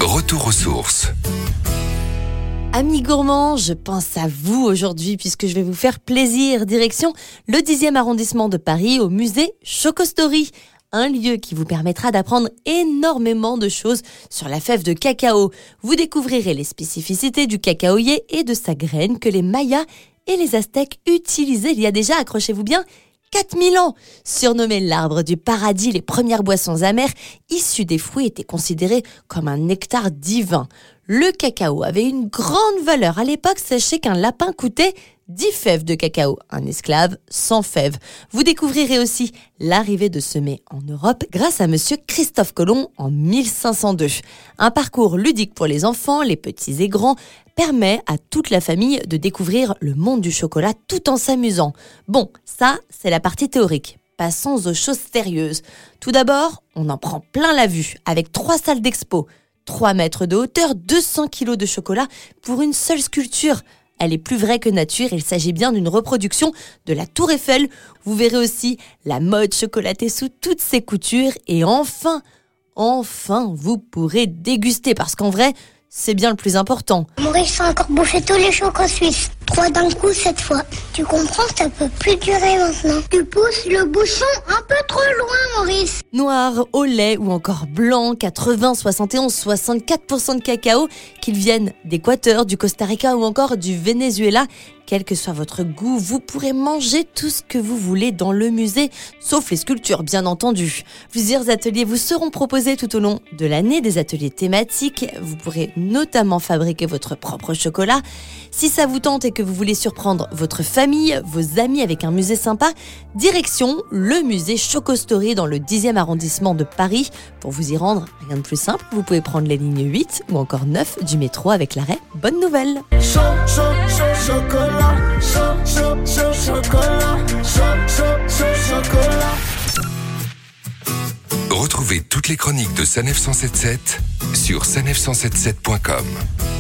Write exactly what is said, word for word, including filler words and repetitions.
Retour aux sources. Amis gourmands, je pense à vous aujourd'hui puisque je vais vous faire plaisir. Direction le dixième arrondissement de Paris au musée Chocostory. Un lieu qui vous permettra d'apprendre énormément de choses sur la fève de cacao. Vous découvrirez les spécificités du cacaoyer et de sa graine que les Mayas et les Aztèques utilisaient il y a déjà, accrochez-vous bien, quatre mille ans. Surnommé l'arbre du paradis, les premières boissons amères issues des fruits étaient considérées comme un nectar divin. Le cacao avait une grande valeur. À l'époque, sachez qu'un lapin coûtait dix fèves de cacao, un esclave cent fèves. Vous découvrirez aussi l'arrivée de semer en Europe grâce à monsieur Christophe Colomb en mille cinq cent deux. Un parcours ludique pour les enfants, les petits et grands, permet à toute la famille de découvrir le monde du chocolat tout en s'amusant. Bon, ça, c'est la partie théorique. Passons aux choses sérieuses. Tout d'abord, on en prend plein la vue avec trois salles d'expo, trois mètres de hauteur, deux cents kilos de chocolat pour une seule sculpture. Elle est plus vraie que nature, il s'agit bien d'une reproduction de la Tour Eiffel. Vous verrez aussi la mode chocolatée sous toutes ses coutures. Et enfin, enfin, vous pourrez déguster parce qu'en vrai, c'est bien le plus important. Maurice a encore bouffé tous les chocos suisses. Trois d'un coup cette fois. Tu comprends, ça peut plus durer maintenant. Tu pousses le bouchon un peu trop loin, Maurice. Noir, au lait ou encore blanc, quatre-vingts, soixante et onze, soixante-quatre pour cent de cacao, qu'ils viennent d'Équateur, du Costa Rica ou encore du Venezuela. Quel que soit votre goût, vous pourrez manger tout ce que vous voulez dans le musée, sauf les sculptures, bien entendu. Plusieurs ateliers vous seront proposés tout au long de l'année, des ateliers thématiques. Vous pourrez notamment fabriquer votre propre chocolat. Si ça vous tente et que vous voulez surprendre votre famille, vos amis avec un musée sympa, direction le musée Chocostory dans le dixième arrondissement de Paris. Pour vous y rendre, rien de plus simple, vous pouvez prendre les lignes huit ou encore neuf du métro avec l'arrêt Bonne Nouvelle. Chaud, chaud, chaud, chocolat. Chaud, chaud, chaud, chocolat. Chaud, chaud, chaud, chocolat. Retrouvez toutes les chroniques de Sanef cent soixante-dix-sept sur sanef cent soixante-dix-sept point com.